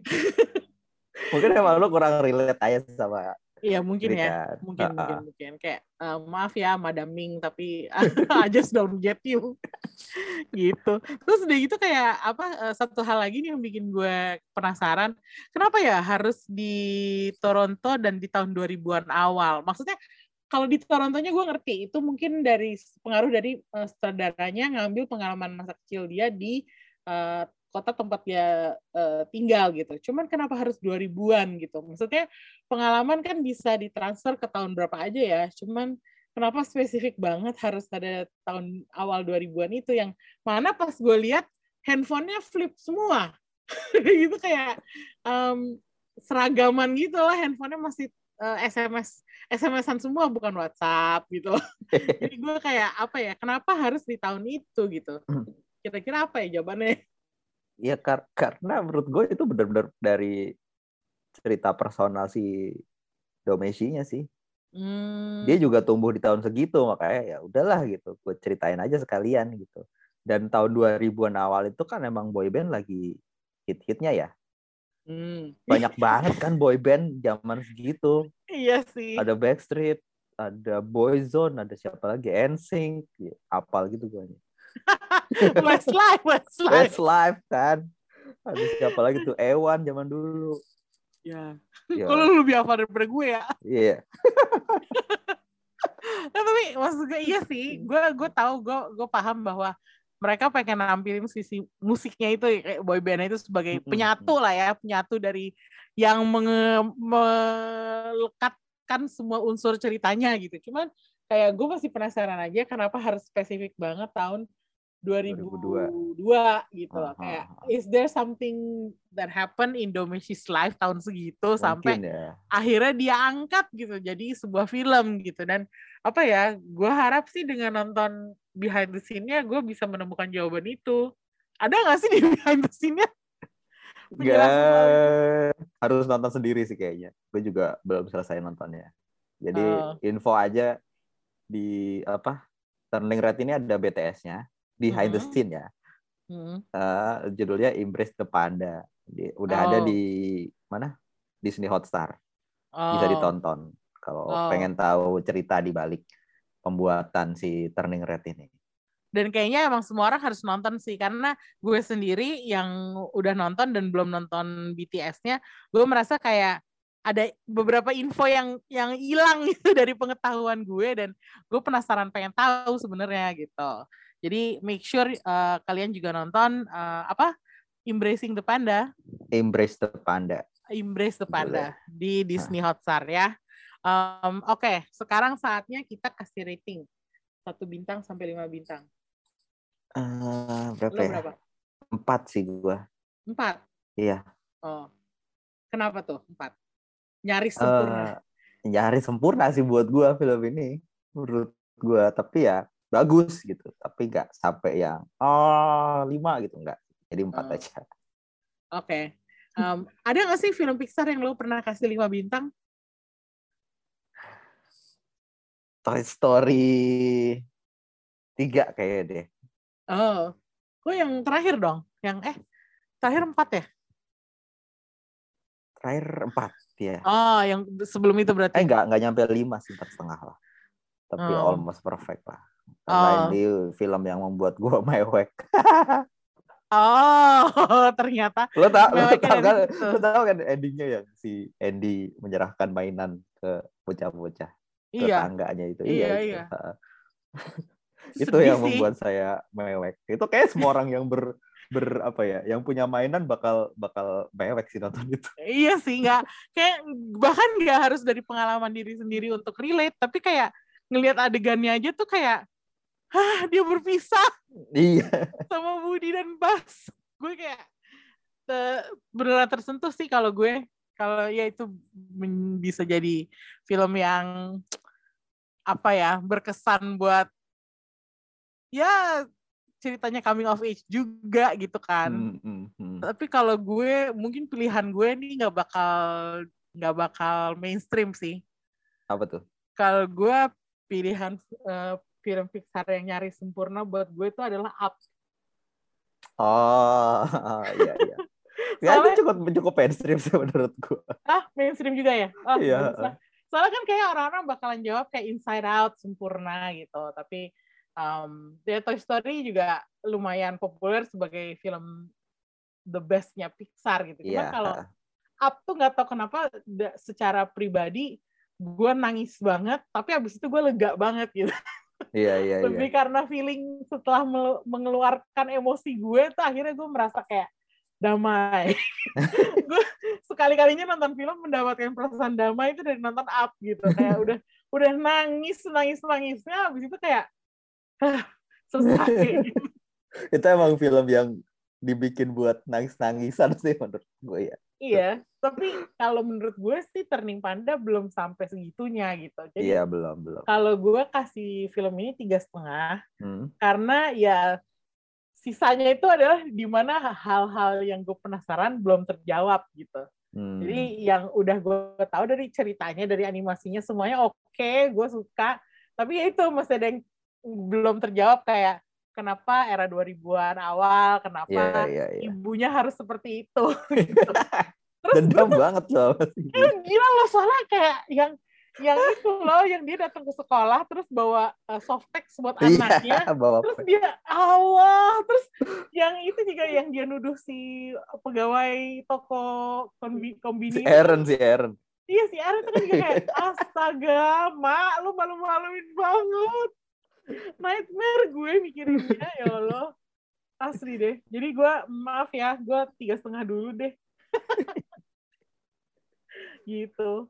Mungkin emang lo kurang relate aja sama. Iya mungkin ya, kan. mungkin uh-uh. mungkin mungkin kayak uh, maaf ya Madam Ming tapi I just don't get you gitu. Terus udah gitu kayak apa uh, satu hal lagi nih yang bikin gue penasaran, kenapa ya harus di Toronto dan di tahun dua ribuan awal? Maksudnya kalau di Torontonya gue ngerti itu mungkin dari pengaruh dari uh, saudaranya ngambil pengalaman masa kecil dia di uh, kota tempat dia uh, tinggal gitu. Cuman kenapa harus dua ribuan gitu? Maksudnya pengalaman kan bisa ditransfer ke tahun berapa aja ya. Cuman kenapa spesifik banget harus ada tahun awal dua ribuan itu, yang mana pas gue lihat handphonenya flip semua. Gitu kayak um, seragaman gitu lah, handphonenya masih uh, S M S S M S-an semua bukan WhatsApp gitu. Jadi gue kayak apa ya? Kenapa harus di tahun itu gitu? Kira-kira apa ya jawabannya? Ya kar- karena menurut gue itu benar-benar dari cerita personal si Domeshinya sih. Hmm. Dia juga tumbuh di tahun segitu, makanya ya udahlah gitu, gue ceritain aja sekalian gitu. Dan tahun dua ribuan awal itu kan emang boyband lagi hit-hitnya ya. Hmm. Banyak banget kan boyband zaman segitu. Iya sih. Ada Backstreet, ada Boyzone, ada siapa lagi, N Sync, apal gitu gue. Westlife, Westlife. Westlife kan. Ada siapa lagi tuh, Ewan zaman dulu. Ya. ya. Kalau lu lebih hafal daripada gue ya. Iya. Yeah. Nah, tapi maksud gue iya sih. Gue gue tahu, gue gue paham bahwa mereka pengen nampilin sisi musiknya itu kayak boyband itu sebagai penyatu lah ya, penyatu dari yang menge- melekatkan semua unsur ceritanya gitu. Cuman kayak gue masih penasaran aja kenapa harus spesifik banget tahun dua ribu dua gitu loh. Aha. Kayak is there something that happen in Domeshi's life tahun segitu Mungkin sampai ya. akhirnya dia angkat gitu jadi sebuah film gitu. Dan apa ya, gue harap sih dengan nonton behind the scene-nya gue bisa menemukan jawaban itu. Ada nggak sih di behind the scene-nya? Gak harus nonton sendiri sih kayaknya. Gue juga belum selesai nontonnya. Jadi Oh. info aja di apa Turning Red ini ada B T S-nya behind the Hmm. scene ya. Hmm. Uh, judulnya Embrace the Panda. Di, udah Oh. ada di mana? Disney Hotstar. Oh. Bisa ditonton kalau Oh. pengen tahu cerita di balik pembuatan si Turning Red ini. Dan kayaknya emang semua orang harus nonton sih, karena gue sendiri yang udah nonton dan belum nonton B T S-nya, gue merasa kayak ada beberapa info yang yang hilang gitu dari pengetahuan gue, dan gue penasaran pengen tahu sebenarnya gitu. Jadi make sure uh, kalian juga nonton uh, apa Embracing the Panda, Embrace the Panda. Embrace the Panda Boleh. di Disney Hotstar ya. Um, Oke, okay, sekarang saatnya kita kasih rating satu bintang sampai lima bintang. Uh, berapa Lo ya? berapa? Empat sih gua. Empat. Iya. Oh, kenapa tuh empat? Nyaris sempurna. Uh, nyaris sempurna sih buat gua film ini, menurut gua. Tapi ya bagus gitu. Tapi nggak sampai yang oh lima gitu, nggak. Jadi empat Oh. aja. Oke. Okay. Um, ada nggak sih film Pixar yang lo pernah kasih lima bintang? Toy Story tiga kayaknya deh. Oh, gue yang terakhir dong. Yang eh terakhir empat ya? Terakhir empat ya. Oh, yang sebelum itu berarti? Eh nggak nggak nyampe lima sih, empat setengah lah. Tapi Oh. almost perfect lah. Karena Oh. ini film yang membuat gue mewek. Oh, ternyata. Lo tau, lo meweknya tau dari kan, situ. lo tau kan endingnya yang si Andy menyerahkan mainan ke bocah-bocah Iya. tetangganya itu. Iya, itu. iya. Itu Sedih yang sih. membuat saya mewek. Itu kayak semua orang yang ber ber apa ya, yang punya mainan bakal bakal mewek sih nonton itu. Iya sih, nggak kayak bahkan nggak harus dari pengalaman diri sendiri untuk relate, tapi kayak ngelihat adegannya aja tuh kayak, hah dia berpisah Iya. sama Budi dan Bas. Gue kayak te- beneran tersentuh sih kalau gue, kalau ya itu men- bisa jadi film yang apa ya berkesan buat ya ceritanya coming of age juga gitu kan. Hmm, hmm, hmm. Tapi kalau gue mungkin pilihan gue nih nggak bakal nggak bakal mainstream sih. Apa tuh? Kalau gue pilihan uh, film Pixar yang nyaris sempurna buat gue itu adalah Up. Oh, iya iya. Ya Soalnya- itu cukup cukup mainstream sih menurut gua. Ah, mainstream juga ya? Oh, Iya. bagus lah. Soalnya kan kayak orang-orang bakalan jawab kayak Inside Out sempurna gitu. Tapi um, The Toy Story juga lumayan populer sebagai film the best-nya Pixar gitu. Cuman Iya. kalau Up tuh nggak tahu kenapa da- secara pribadi gue nangis banget, tapi abis itu gue lega banget gitu. Iya iya iya. Lebih karena feeling setelah melu- mengeluarkan emosi gue tuh akhirnya gue merasa kayak damai. Gue sekali-kalinya nonton film mendapatkan perasaan damai itu dari nonton Up gitu. Kayak udah udah nangis nangis nangisnya, abis itu kayak ah, selesai. Gitu. Itu emang film yang dibikin buat nangis-nangisan sih menurut gue ya. Iya, tapi kalau menurut gue sih Turning Panda belum sampai segitunya gitu. Jadi Iya belum belum. kalau gue kasih film ini tiga setengah, Hmm. karena ya sisanya itu adalah di mana hal-hal yang gue penasaran belum terjawab gitu. Hmm. Jadi yang udah gue tahu dari ceritanya, dari animasinya semuanya oke, gue suka. Tapi ya itu masih ada yang belum terjawab kayak kenapa era dua ribuan awal, kenapa Iya iya iya. ibunya harus seperti itu. Gitu. Terus gue Dendam banget loh. Eh, gila loh, soalnya kayak yang yang itu loh, yang dia datang ke sekolah terus bawa uh, softtex buat anaknya, Iya, bawa terus dia Allah, terus yang itu juga yang dia nuduh si pegawai toko kombi, kombini si Aaron si Aaron. iya si Aaron itu kan juga kayak astaga mak lu malu-maluin banget, nightmare gue mikirinnya ya Allah, asli deh. Jadi gue maaf ya, gue tiga setengah dulu deh. Gitu.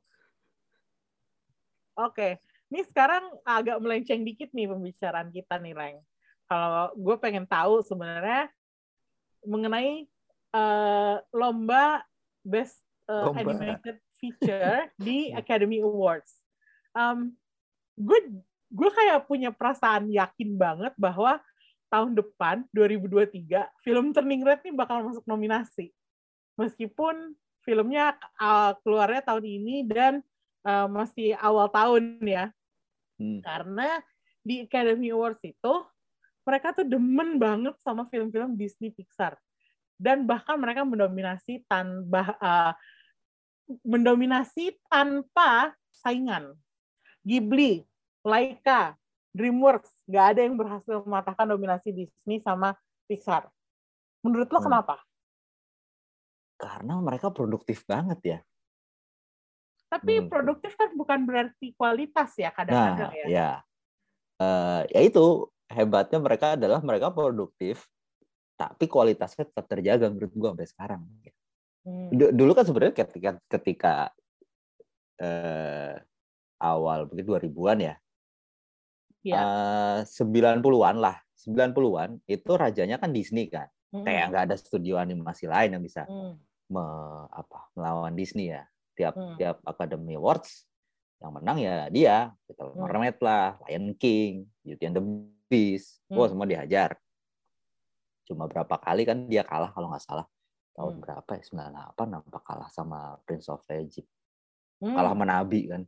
Oke, ini sekarang agak melenceng dikit nih pembicaraan kita nih, Leng. kalau gue pengen tahu sebenarnya mengenai uh, lomba Best uh, Lomba. Animated Feature di Academy Awards. Um, gue gue kayak punya perasaan yakin banget bahwa tahun depan dua ribu dua puluh tiga film Turning Red ini bakal masuk nominasi. Meskipun filmnya uh, keluarnya tahun ini dan uh, masih awal tahun ya. Hmm. Karena di Academy Awards itu mereka tuh demen banget sama film-film Disney Pixar. Dan bahkan mereka mendominasi tanpa uh, mendominasi tanpa saingan. Ghibli, Laika, DreamWorks, nggak ada yang berhasil mematahkan dominasi Disney sama Pixar. Menurut lo hmm. kenapa? Karena mereka produktif banget ya. Tapi hmm. produktif kan bukan berarti kualitas ya kadang-kadang nah, ya. Ya. Uh, ya itu hebatnya mereka adalah mereka produktif, tapi kualitasnya tetap terjaga menurut gua sampai sekarang. Hmm. Dulu kan sebenarnya ketika ketika uh, awal mungkin dua ribuan ya. Ya. Uh, sembilan puluhan lah. sembilan puluhan itu rajanya kan Disney kan. Hmm. Kayak nggak ada studio animasi lain yang bisa hmm. me, apa, melawan Disney ya. Tiap hmm. tiap Academy Awards yang menang ya dia. Little Mermaid hmm. lah, Lion King, Beauty and the Beast. Hmm. Wah, semua dihajar. Cuma berapa kali kan dia kalah kalau nggak salah. Tahun hmm. berapa ya? sembilan puluh delapan nampak kalah sama Prince of Egypt. Hmm. Kalah sama Nabi kan.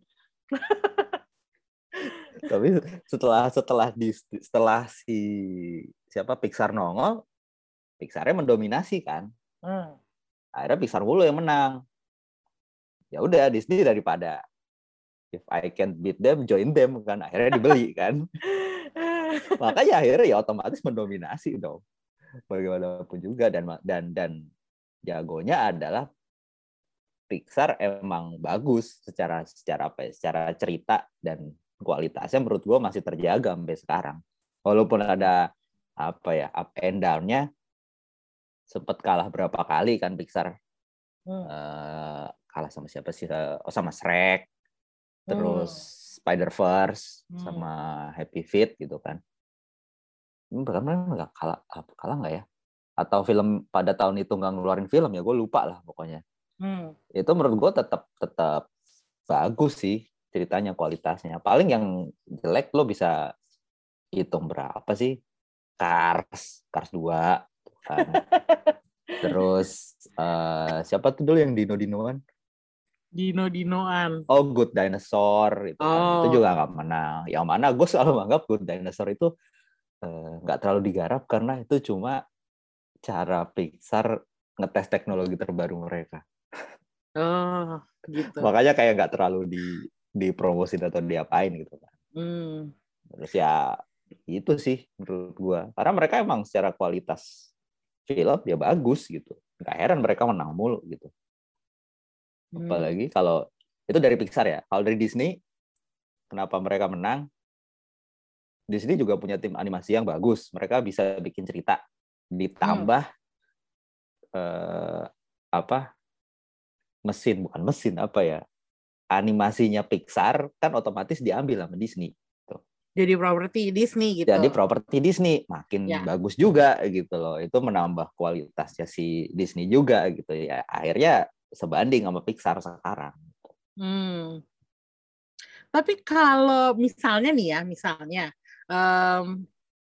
Tapi setelah setelah di setelah si siapa Pixar nongol, Pixar-nya mendominasi kan. Hmm. Akhirnya Pixar mulu yang menang. Ya udah Disney daripada if I can't beat them, join them kan. Akhirnya dibeli kan. Makanya akhirnya ya otomatis mendominasi dong. Bagaimanapun juga dan dan dan jagonya adalah Pixar emang bagus secara secara apa ya, secara cerita dan kualitasnya menurut gue masih terjaga sampai sekarang. Walaupun ada apa ya up and down-nya, sempat kalah berapa kali kan Pixar. Hmm. Uh, kalah sama siapa sih? Oh sama Shrek, terus hmm. Spider-Verse, hmm. sama Happy Feet gitu kan. Ini bahkan nggak kalah, kalah nggak ya? Atau film pada tahun itu nggak ngeluarin film ya? Gue lupa lah pokoknya. Hmm. Itu menurut gue tetap tetap bagus sih. Ceritanya, kualitasnya. Paling yang jelek lo bisa hitung berapa sih? Cars, Cars dua. Kan. Terus uh, siapa tuh dulu yang Dino-Dinoan? Dino-Dinoan. Oh, Good Dinosaur. Itu, kan. Oh. Itu juga nggak menang. Yang mana gue selalu menganggap Good Dinosaur itu nggak uh, terlalu digarap karena itu cuma cara Pixar ngetes teknologi terbaru mereka. Oh, gitu. Makanya kayak nggak terlalu di dipromosin atau diapain gitu kan. Hmm. Terus ya itu sih menurut gua. Karena mereka emang secara kualitas film ya bagus gitu. Nggak heran mereka menang mulu gitu. Hmm. Apalagi kalau itu dari Pixar ya. Kalau dari Disney, kenapa mereka menang? Disney juga punya tim animasi yang bagus. Mereka bisa bikin cerita ditambah hmm. eh, apa? mesin bukan mesin apa ya? Animasinya Pixar kan otomatis diambil sama Disney. Tuh. Jadi properti Disney gitu. Jadi properti Disney makin ya. Bagus juga gitu loh. Itu menambah kualitasnya si Disney juga gitu ya. Akhirnya sebanding sama Pixar sekarang. Hmm. Tapi kalau misalnya nih ya, misalnya um,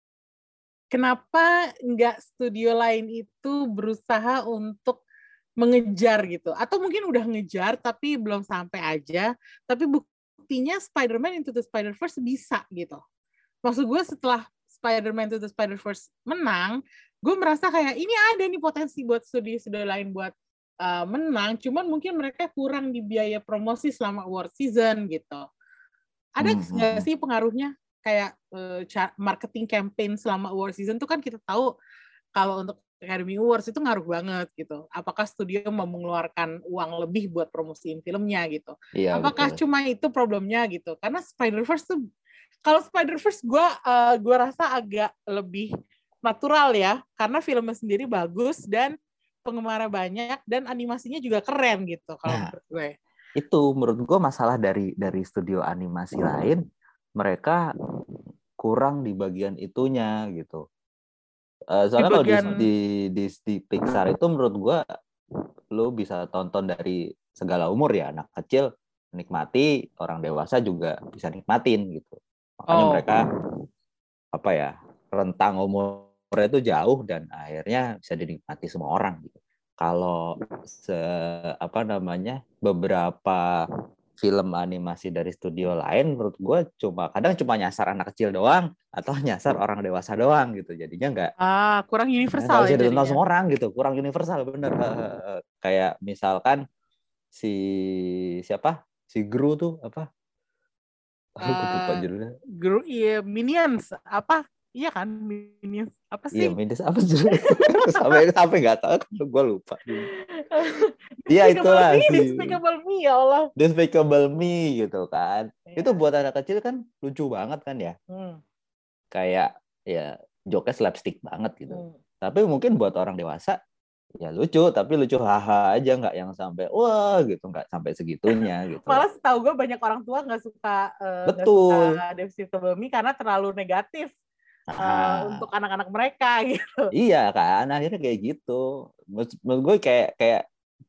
kenapa nggak studio lain itu berusaha untuk mengejar gitu, atau mungkin udah ngejar tapi belum sampai aja, tapi buktinya Spider-Man Into the Spider-Verse bisa gitu. Maksud gue setelah Spider-Man Into the Spider-Verse menang, gue merasa kayak ini ada nih potensi buat studio-studio lain buat uh, menang, cuman mungkin mereka kurang di biaya promosi selama award season gitu. Ada nggak hmm. sih pengaruhnya kayak uh, marketing campaign selama award season tuh kan kita tahu kalau untuk Academy Awards itu ngaruh banget gitu. Apakah studio mau mengeluarkan uang lebih buat promosiin filmnya gitu? Iya, apakah betul. Cuma itu problemnya gitu? Karena Spider-Verse tuh, kalau Spider-Verse gue uh, gue rasa agak lebih natural ya, karena filmnya sendiri bagus dan penggemarnya banyak dan animasinya juga keren gitu. Kalau nah, menurut gue. Itu menurut gue masalah dari dari studio animasi lain, mereka kurang di bagian itunya gitu. Uh, Di soalnya kalau di, bagian di di di Pixar itu menurut gua lu bisa tonton dari segala umur ya, anak kecil nikmati, orang dewasa juga bisa nikmatin gitu. Makanya Oh. mereka apa ya, rentang umurnya itu jauh dan akhirnya bisa dinikmati semua orang gitu. Kalau se apa namanya beberapa film animasi dari studio lain menurut gue cuma kadang cuma nyasar anak kecil doang atau nyasar orang dewasa doang gitu, jadinya nggak Ah, kurang nggak universal bisa ya ditonton jadinya. semua orang gitu, kurang universal bener. Kayak misalkan si siapa si Gru tuh apa aku lupa Uh, judulnya. Gru, iya, Minions apa? Iya kan Minions apa Iya, sih? Mindes apa judulnya? sampai sampai nggak tahu, gue lupa. Iya itulah Me, si Despicable Me, ya Allah. Despicable Me gitu kan. Iya. Itu buat anak kecil kan lucu banget kan ya. Hmm. Kayak ya joke slapstick banget gitu. Hmm. Tapi mungkin buat orang dewasa ya lucu, tapi lucu haha aja, nggak yang sampai wah gitu, nggak sampai segitunya gitu. Malah setahu gue banyak orang tua nggak suka uh, nggak Betul. suka Despicable Me karena terlalu negatif uh, Ah. untuk anak-anak mereka gitu. Iya kan, akhirnya kayak gitu. Menurut gue kayak kayak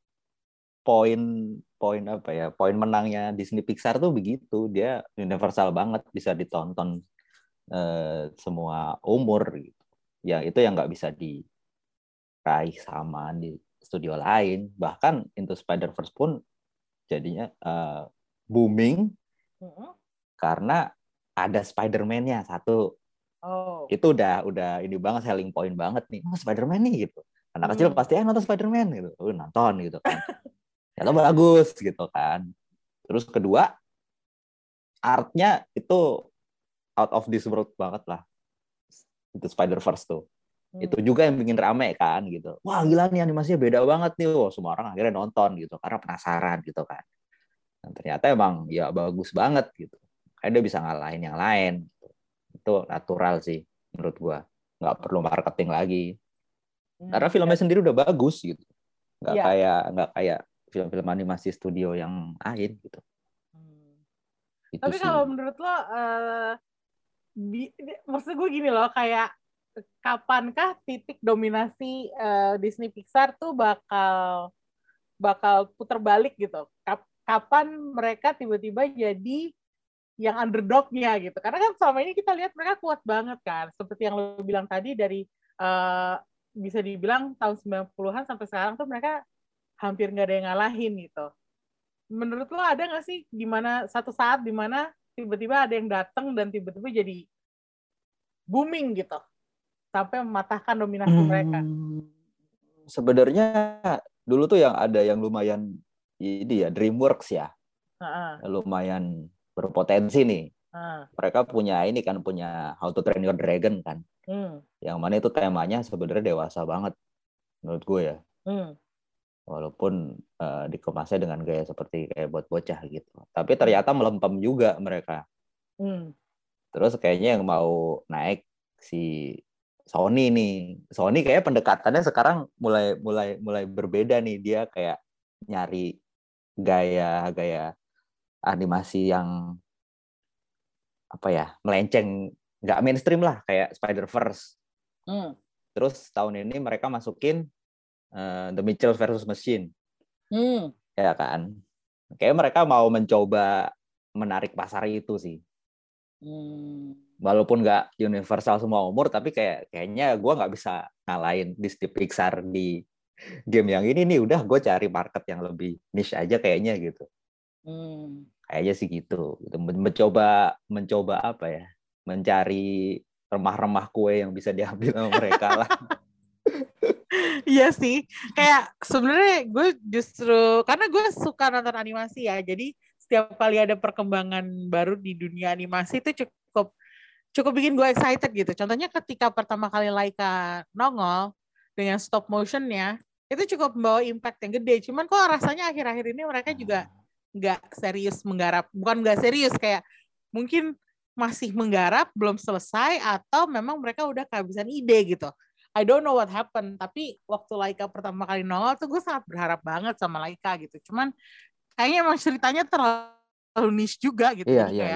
poin poin apa ya, poin menangnya Disney Pixar tuh begitu, dia universal banget, bisa ditonton eh, semua umur gitu. Ya itu yang nggak bisa diraih sama di studio lain. Bahkan Into Spider-Verse pun jadinya uh, booming Mm-hmm. karena ada Spider-Man-nya satu. Oh. Itu udah udah ini banget, selling point banget nih. Oh, Spider-Man nih gitu. Anak Hmm. kecil pasti eh nonton Spider-Man gitu. Oh, nonton gitu kan. Itu bagus gitu kan. Terus kedua, artnya itu out of this world banget lah. Itu Spider-Verse tuh. Hmm. Itu juga yang bikin rame kan gitu. Wah gila nih animasinya beda banget nih. Wah, semua orang akhirnya nonton gitu karena penasaran gitu kan. Dan ternyata emang ya bagus banget gitu. Kayak dia bisa ngalahin yang lain. Itu natural sih menurut gua. Nggak perlu marketing lagi. Hmm. Karena filmnya ya. Sendiri udah bagus gitu. Nggak ya. kayak nggak kayak film-film animasi studio yang lain gitu. Hmm. Tapi sih. Kalau menurut lo, uh, di, di, maksud gue gini loh, kayak kapankah titik dominasi uh, Disney Pixar tuh bakal bakal putar balik gitu? Kap, kapan mereka tiba-tiba jadi yang underdog-nya gitu? Karena kan selama ini kita lihat mereka kuat banget kan, seperti yang lo bilang tadi dari uh, bisa dibilang tahun sembilan puluhan sampai sekarang tuh mereka hampir nggak ada yang ngalahin gitu. Menurut lo ada nggak sih di mana satu saat di mana tiba-tiba ada yang datang dan tiba-tiba jadi booming gitu sampai mematahkan dominasi hmm, mereka? Sebenarnya dulu tuh yang ada yang lumayan ini ya DreamWorks ya, uh-uh. lumayan berpotensi nih. Uh. Mereka punya ini kan punya How to Train Your Dragon kan, hmm. yang mana itu temanya sebenarnya dewasa banget menurut gue ya. Hmm. Walaupun uh, dikemasnya dengan gaya seperti kayak buat bocah gitu. Tapi ternyata melempem juga mereka. Hmm. Terus kayaknya yang mau naik si Sony nih. Sony kayak pendekatannya sekarang mulai mulai mulai berbeda nih. Dia kayak nyari gaya-gaya animasi yang apa ya, melenceng, nggak mainstream lah kayak Spider-Verse. Hmm. Terus tahun ini mereka masukin Uh, The Mitchell versus Machine, hmm. ya kan? Kayak mereka mau mencoba menarik pasar itu sih. Hmm. Walaupun nggak universal semua umur, tapi kayak kayaknya gue nggak bisa ngalahin Disney Pixar di game yang ini nih. Udah gue cari market yang lebih niche aja kayaknya gitu. Hmm. Kayaknya sih gitu. Mencoba mencoba apa ya? Mencari remah-remah kue yang bisa diambil sama mereka lah. Iya sih, kayak sebenarnya gue justru karena gue suka nonton animasi ya, jadi setiap kali ada perkembangan baru di dunia animasi itu cukup cukup bikin gue excited gitu. Contohnya ketika pertama kali Laika nongol dengan stop motionnya, itu cukup membawa impact yang gede. Cuman kok rasanya akhir-akhir ini mereka juga nggak serius menggarap, bukan nggak serius, kayak mungkin masih menggarap belum selesai atau memang mereka udah kehabisan ide gitu. I don't know what happened, tapi waktu Laika pertama kali nongol tuh gue sangat berharap banget sama Laika gitu. Cuman kayaknya emang ceritanya terlalu niche juga gitu. Iya, Jadi iya, kayak iya.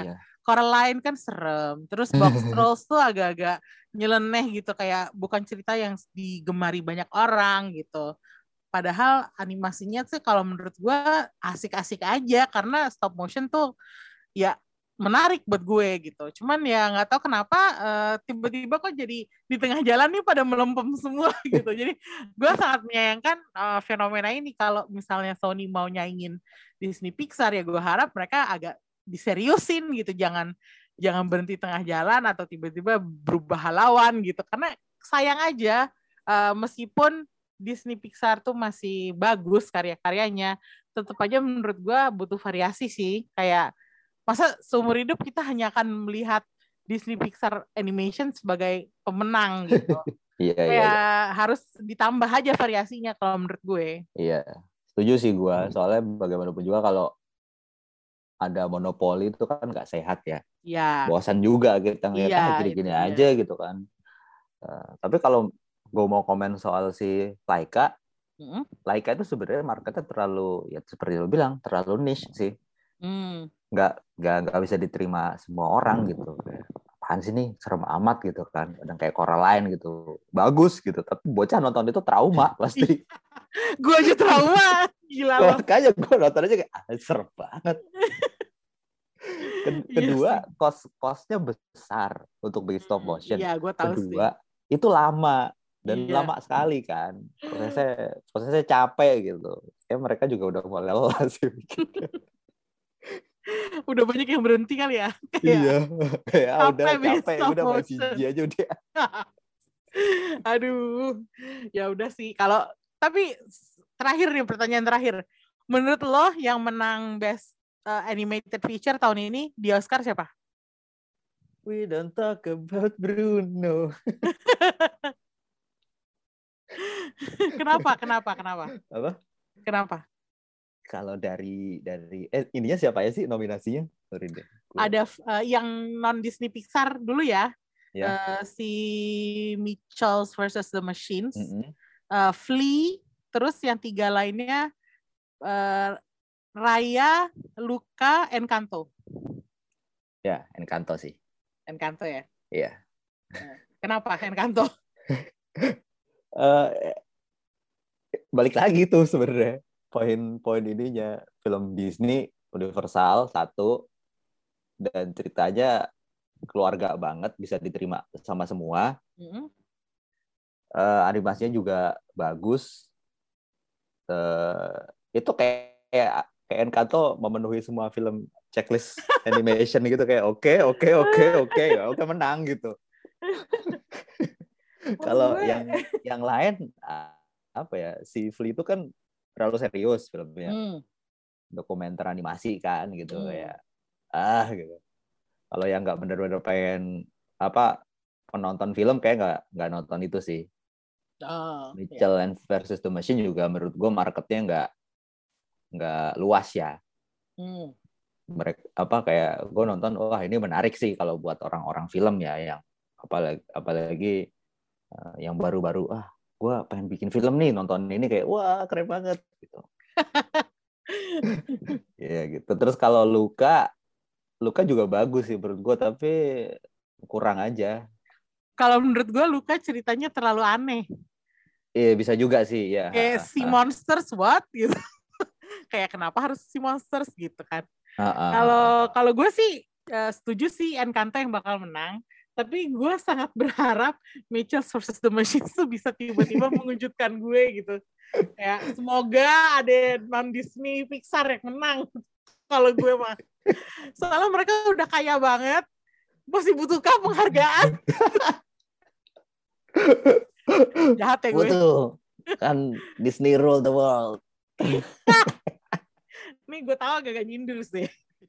Coraline kan serem, terus Box Trolls tuh agak-agak nyeleneh gitu, kayak bukan cerita yang digemari banyak orang gitu. Padahal animasinya tuh kalau menurut gue asik-asik aja karena stop motion tuh ya menarik buat gue gitu. Cuman ya nggak tahu kenapa uh, tiba-tiba kok jadi di tengah jalan nih pada melempem semua gitu. Jadi gue sangat menyayangkan uh, fenomena ini. Kalau misalnya Sony mau nyaingin Disney Pixar ya gue harap mereka agak diseriusin gitu, jangan jangan berhenti tengah jalan atau tiba-tiba berubah halauan gitu, karena sayang aja uh, meskipun Disney Pixar tuh masih bagus karya-karyanya, tetap aja menurut gue butuh variasi sih. Kayak masa seumur hidup kita hanya akan melihat Disney Pixar Animation sebagai pemenang gitu. Iya, Kayak iya, iya. harus ditambah aja variasinya kalau menurut gue. Iya, setuju sih gue. Soalnya bagaimanapun juga kalau ada monopoli itu kan nggak sehat ya. Iya. Bosan juga kita ngeliat Iya, ah gini-gini itu dia. aja gitu kan. Uh, tapi kalau gue mau komen soal si Laika, Mm. Laika itu sebenarnya marketnya terlalu, ya seperti lo bilang, terlalu niche sih. Mm. Nggak, nggak, nggak bisa diterima semua orang gitu. Kayak, apaan sih nih, serem amat gitu kan. Kadang kayak Coraline gitu, bagus gitu. Tapi bocah nonton itu trauma pasti. Gue aja trauma, gila loh. Makanya gue nonton aja kayak, ah, serem banget. Kedua, iya cost costnya besar untuk bikin stop motion. Iya, gue tahu Kedua, sih. itu lama dan Iya. lama sekali kan. Prosesnya prosesnya capek gitu. Kayak mereka juga udah mulai lelah sih. Udah banyak yang berhenti kali ya. Iya. Ya udah capek bikin capek, stop udah main C motion. G I aja udah. Aduh, ya udah sih. Kalau tapi terakhir nih, pertanyaan terakhir. Menurut lo yang menang Best uh, Animated Feature tahun ini di Oscar siapa? We don't talk about Bruno. Kenapa? Kenapa? Kenapa? Apa? Kenapa? Kalau dari dari eh ininya siapa ya sih nominasinya? Sorry deh. Gua... Ada uh, yang non Disney Pixar dulu ya. Ya. Uh, si Mitchells versus the Machines, Mm-hmm. uh, Flea, terus yang tiga lainnya uh, Raya, Luca, Encanto. Ya, Encanto sih. Encanto ya. Iya. Kenapa Encanto? uh, balik lagi tuh sebenarnya poin-poin ininya film Disney universal satu dan ceritanya keluarga banget, bisa diterima sama semua. Mm-hmm. uh, animasinya juga bagus. Uh, itu kayak kayak kayak Encanto memenuhi semua film checklist animation gitu, kayak oke oke oke oke ya oke menang gitu. Kalau yang yang lain apa ya, si Flea itu kan terlalu serius filmnya, hmm. dokumenter animasi kan gitu hmm. ya ah gitu. Kalau yang nggak bener-bener pengen apa penonton film kayak nggak nggak nonton itu sih. Oh, Mitchell yeah. and versus the Machine juga menurut gue marketnya nggak nggak luas ya. Hmm. Mereka apa kayak gue nonton, wah ini menarik sih kalau buat orang-orang film ya, yang apalagi apalagi uh, yang baru-baru, ah gue pengen bikin film nih, nonton ini kayak wah keren banget gitu. Ya gitu. Terus kalau Luca Luca juga bagus sih menurut gue, tapi kurang aja. Kalau menurut gue Luca ceritanya terlalu aneh. Iya bisa juga sih ya. Kayak si monsters what gitu. Kayak kenapa harus si monsters gitu kan. Kalau kalau gue sih uh, setuju sih Encanto yang bakal menang. Tapi gue sangat berharap Mitchell versus the Machines tuh bisa tiba-tiba mengejutkan gue gitu. Kayak semoga ada non Disney Pixar yang menang. Kalau gue mah. Soalnya mereka udah kaya banget. Masih butuhkah penghargaan? Jahat ya gue. Butuh. Kan Disney rule the world. Nih gue tahu agak nyindir sih.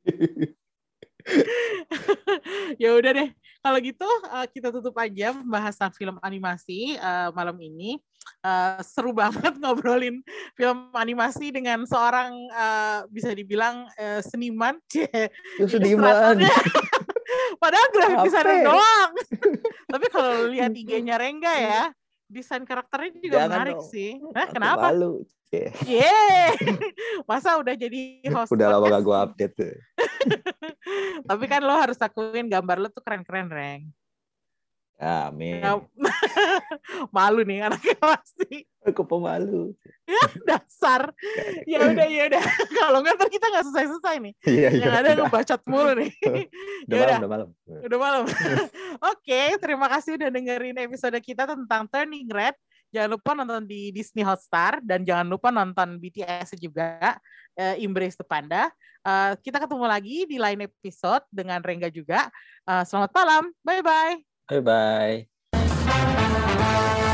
Ya udah deh. Kalau gitu uh, kita tutup aja pembahasan film animasi uh, malam ini. Uh, seru banget ngobrolin film animasi dengan seorang uh, bisa dibilang uh, seniman. Seniman. Padahal grafik desainer doang. Tapi kalau lihat I G-nya Rengga ya, desain karakternya juga Jangan menarik dong. Sih. Nah, kenapa? Malu. Yeah. Masa udah jadi host udah lama podcast? gak gue update tuh. Tapi kan lo harus akuin gambar lo tuh keren-keren, Reng. Amin. Ya, malu nih anaknya pasti. Aku pemalu. Ya dasar. Ya udah ya udah. Kalau nggak ntar kita nggak selesai-selesai nih. Iya, Yang iya, ada udah. ngebacot mulu nih. Udah Ya malam, udah malam. Udah malam. Oke, terima kasih udah dengerin episode kita tentang Turning Red. Jangan lupa nonton di Disney Hotstar dan jangan lupa nonton B T S juga, uh, Embrace the Panda. Uh, kita ketemu lagi di lain episode dengan Rengga juga. Uh, selamat malam. Bye-bye. Bye-bye.